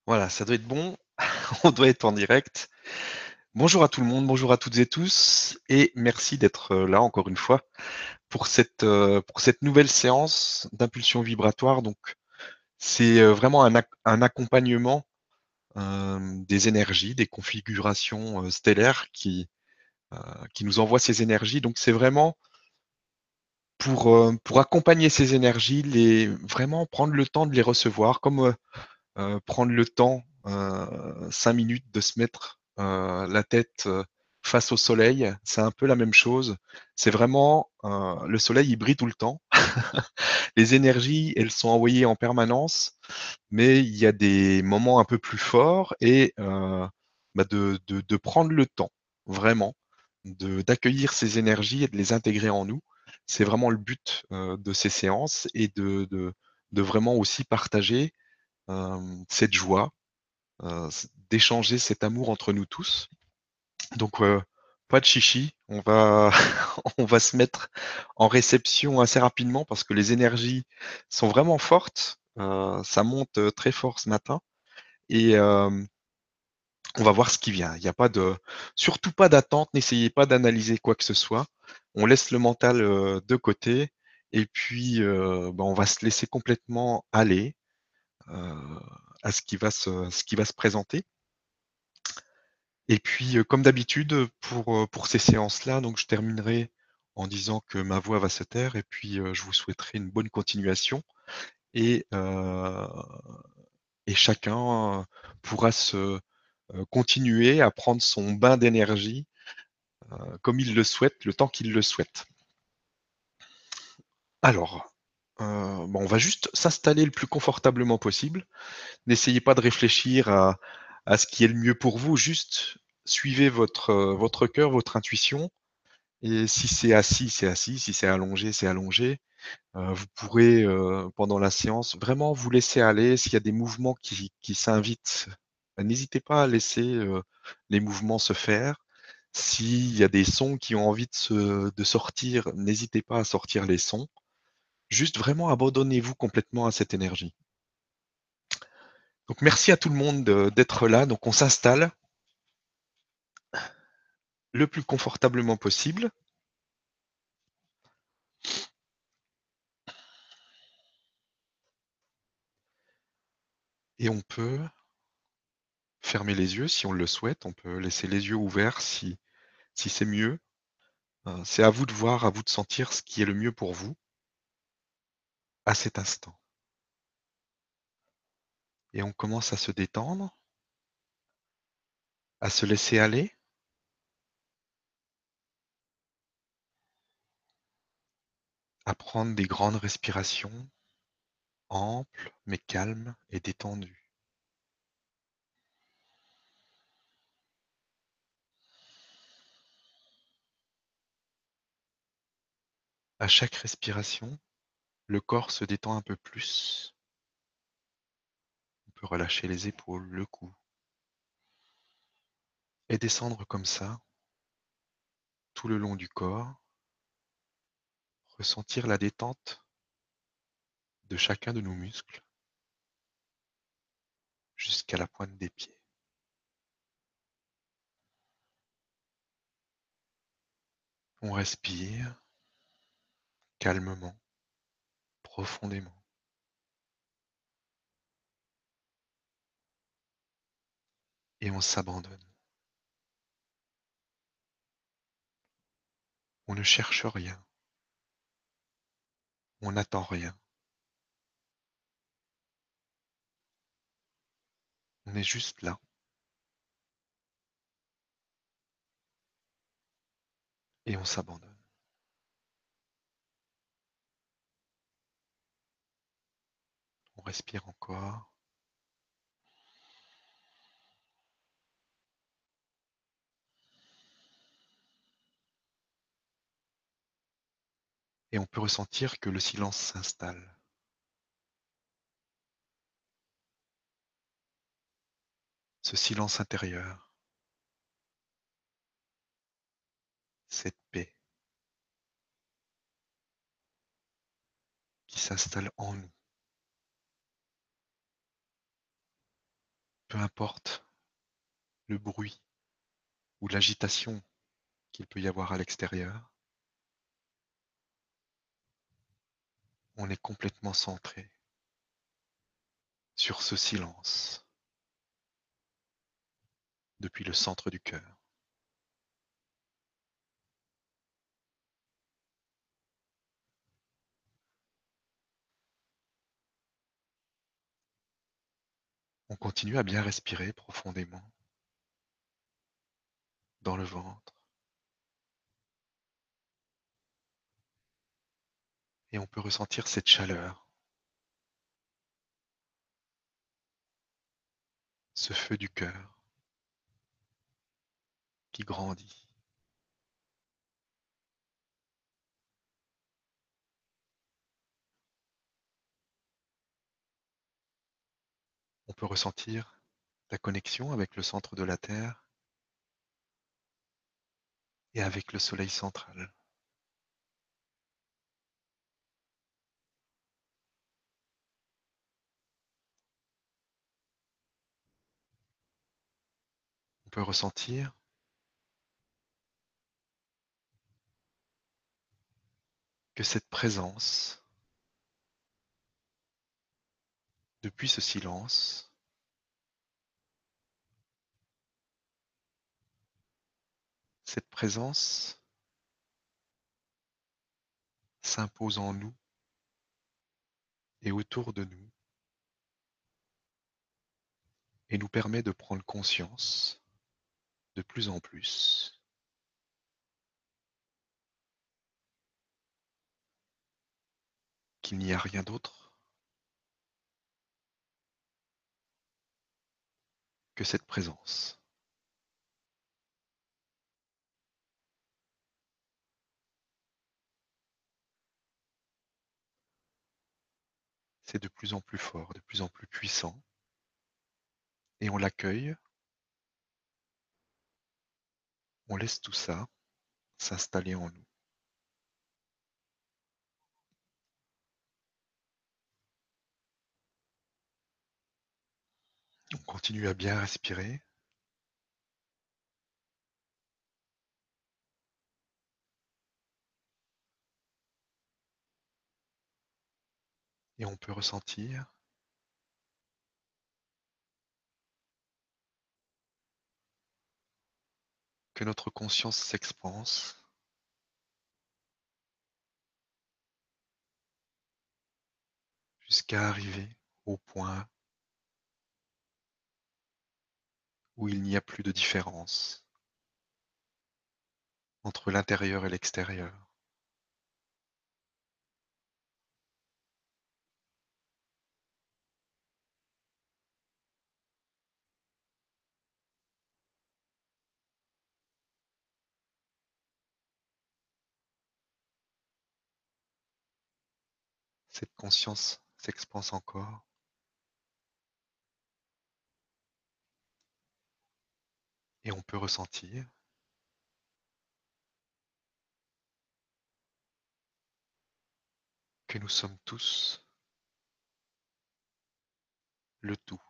Voilà, ça doit être bon. On doit être en direct. Bonjour à tout le monde, bonjour à toutes et tous, et merci d'être là encore une fois pour cette nouvelle séance d'impulsion vibratoire. Donc, c'est vraiment un accompagnement des énergies, des configurations stellaires qui nous envoient ces énergies. Donc, c'est vraiment pour accompagner ces énergies, vraiment prendre le temps de les recevoir, comme prendre le temps, 5 minutes de se mettre la tête face au soleil, c'est un peu la même chose. C'est vraiment, le soleil, il brille tout le temps. Les énergies, elles sont envoyées en permanence, mais il y a des moments un peu plus forts et de prendre le temps, vraiment, d'accueillir ces énergies et de les intégrer en nous. C'est vraiment le but de ces séances et de vraiment aussi partager cette joie, d'échanger cet amour entre nous tous. Donc, pas de chichi, on va, on va se mettre en réception assez rapidement parce que les énergies sont vraiment fortes. Ça monte très fort ce matin et on va voir ce qui vient. Il n'y a pas de, surtout pas d'attente, n'essayez pas d'analyser quoi que ce soit. On laisse le mental de côté et puis on va se laisser complètement aller euh, à ce qui va se présenter. Et puis, comme d'habitude, pour ces séances-là, donc je terminerai en disant que ma voix va se taire et puis, je vous souhaiterai une bonne continuation et heu et chacun pourra continuer à prendre son bain d'énergie, comme il le souhaite, le temps qu'il le souhaite. Alors, on va juste s'installer le plus confortablement possible. N'essayez pas de réfléchir à ce qui est le mieux pour vous, juste suivez votre cœur, votre intuition. Et si c'est assis, c'est assis, si c'est allongé, c'est allongé. Vous pourrez, pendant la séance, vraiment vous laisser aller. S'il y a des mouvements qui s'invitent, n'hésitez pas à laisser, les mouvements se faire. S'il y a des sons qui ont envie de sortir, n'hésitez pas à sortir les sons. Juste vraiment abandonnez-vous complètement à cette énergie. Donc merci à tout le monde d'être là. Donc on s'installe le plus confortablement possible et on peut fermer les yeux si on le souhaite. On peut laisser les yeux ouverts si c'est mieux. C'est à vous de voir, à vous de sentir ce qui est le mieux pour vous à cet instant. Et on commence à se détendre, à se laisser aller, à prendre des grandes respirations amples mais calmes et détendues. À chaque respiration, le corps se détend un peu plus. On peut relâcher les épaules, le cou et descendre comme ça tout le long du corps, ressentir la détente de chacun de nos muscles jusqu'à la pointe des pieds. On respire calmement, profondément, et on s'abandonne. On ne cherche rien, on n'attend rien. On est juste là et on s'abandonne. On respire encore. Et on peut ressentir que le silence s'installe. Ce silence intérieur, cette paix qui s'installe en nous. peu importe le bruit ou l'agitation qu'il peut y avoir à l'extérieur, on est complètement centré sur ce silence depuis le centre du cœur. On continue à bien respirer profondément dans le ventre et on peut ressentir cette chaleur, ce feu du cœur qui grandit. On peut ressentir la connexion avec le centre de la Terre et avec le Soleil central. On peut ressentir que cette présence, depuis ce silence, cette présence s'impose en nous et autour de nous et nous permet de prendre conscience de plus en plus qu'il n'y a rien d'autre que cette présence. C'est de plus en plus fort, de plus en plus puissant, et on l'accueille, on laisse tout ça s'installer en nous. On continue à bien respirer, et on peut ressentir que notre conscience s'expanse jusqu'à arriver au point où il n'y a plus de différence entre l'intérieur et l'extérieur. Cette conscience s'expanse encore et on peut ressentir que nous sommes tous le tout.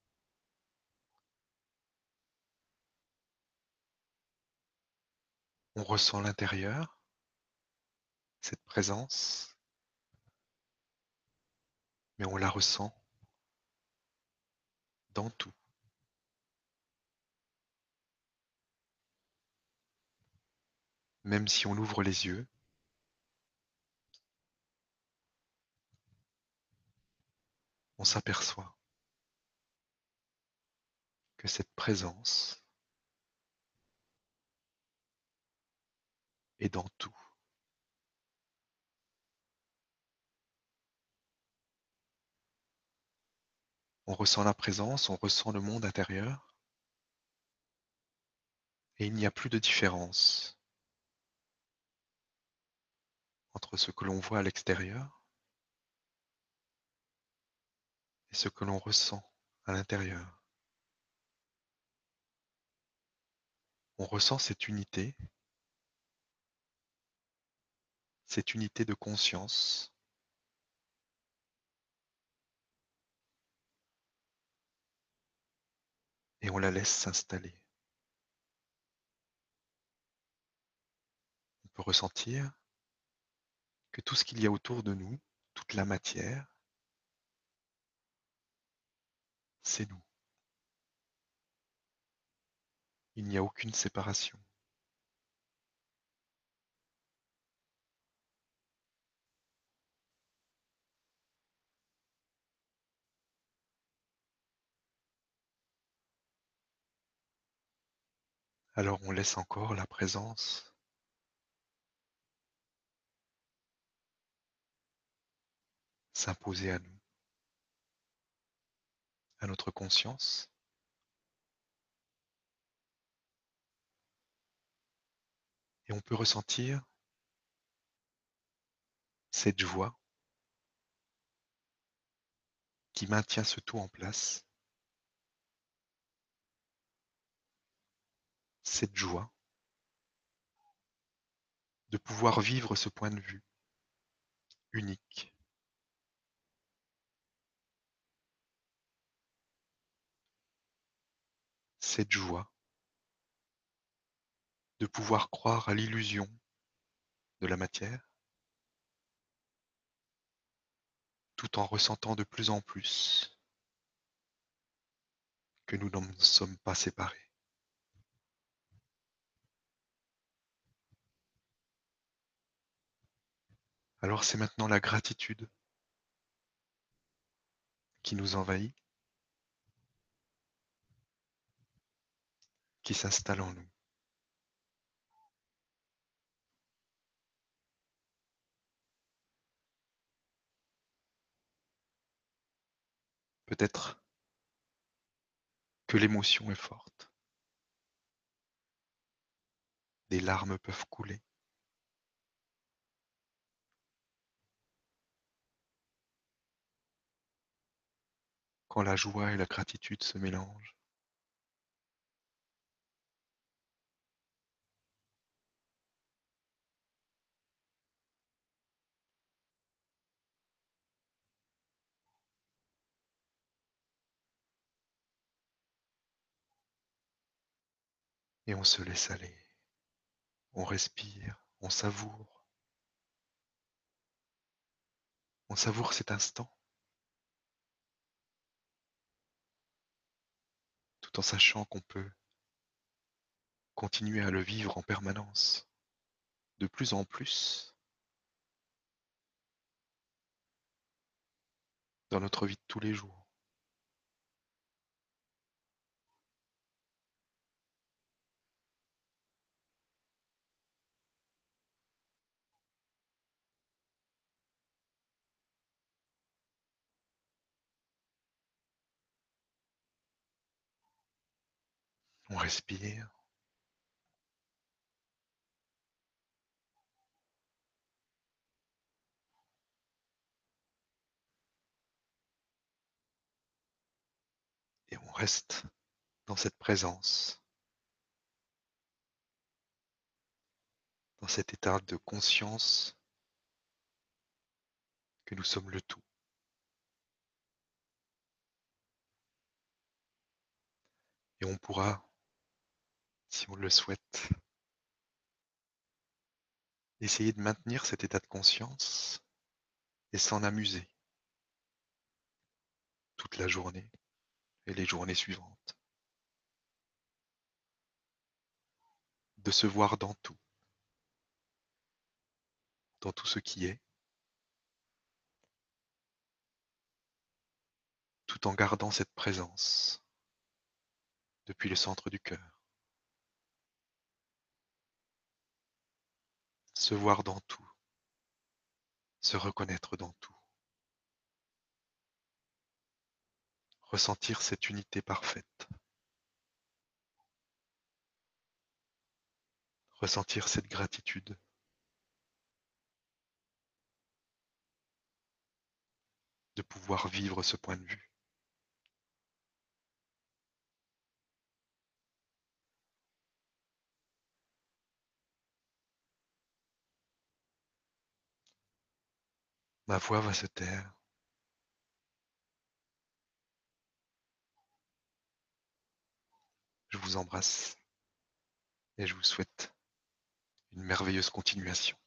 On ressent l'intérieur, cette présence, mais on la ressent dans tout. Même si on ouvre les yeux, on s'aperçoit que cette présence est dans tout. On ressent la présence, on ressent le monde intérieur, et il n'y a plus de différence entre ce que l'on voit à l'extérieur et ce que l'on ressent à l'intérieur. On ressent cette unité de conscience, on la laisse s'installer. On peut ressentir que tout ce qu'il y a autour de nous, toute la matière, c'est nous. Il n'y a aucune séparation. Alors on laisse encore la présence s'imposer à nous, à notre conscience, et on peut ressentir cette joie qui maintient ce tout en place, cette joie de pouvoir vivre ce point de vue unique, cette joie de pouvoir croire à l'illusion de la matière, tout en ressentant de plus en plus que nous n'en sommes pas séparés. Alors c'est maintenant la gratitude qui nous envahit, qui s'installe en nous. Peut-être que l'émotion est forte, des larmes peuvent couler. Quand la joie et la gratitude se mélangent, et on se laisse aller, on respire, on savoure cet instant, tout en sachant qu'on peut continuer à le vivre en permanence, de plus en plus, dans notre vie de tous les jours. On respire, et on reste dans cette présence, dans cet état de conscience que nous sommes le tout. Et on pourra, si on le souhaite, essayer de maintenir cet état de conscience et s'en amuser toute la journée et les journées suivantes, de se voir dans tout ce qui est, tout en gardant cette présence depuis le centre du cœur, se voir dans tout, se reconnaître dans tout, ressentir cette unité parfaite, ressentir cette gratitude, de pouvoir vivre ce point de vue. Ma voix va se taire, vous embrasse et je vous souhaite une merveilleuse continuation.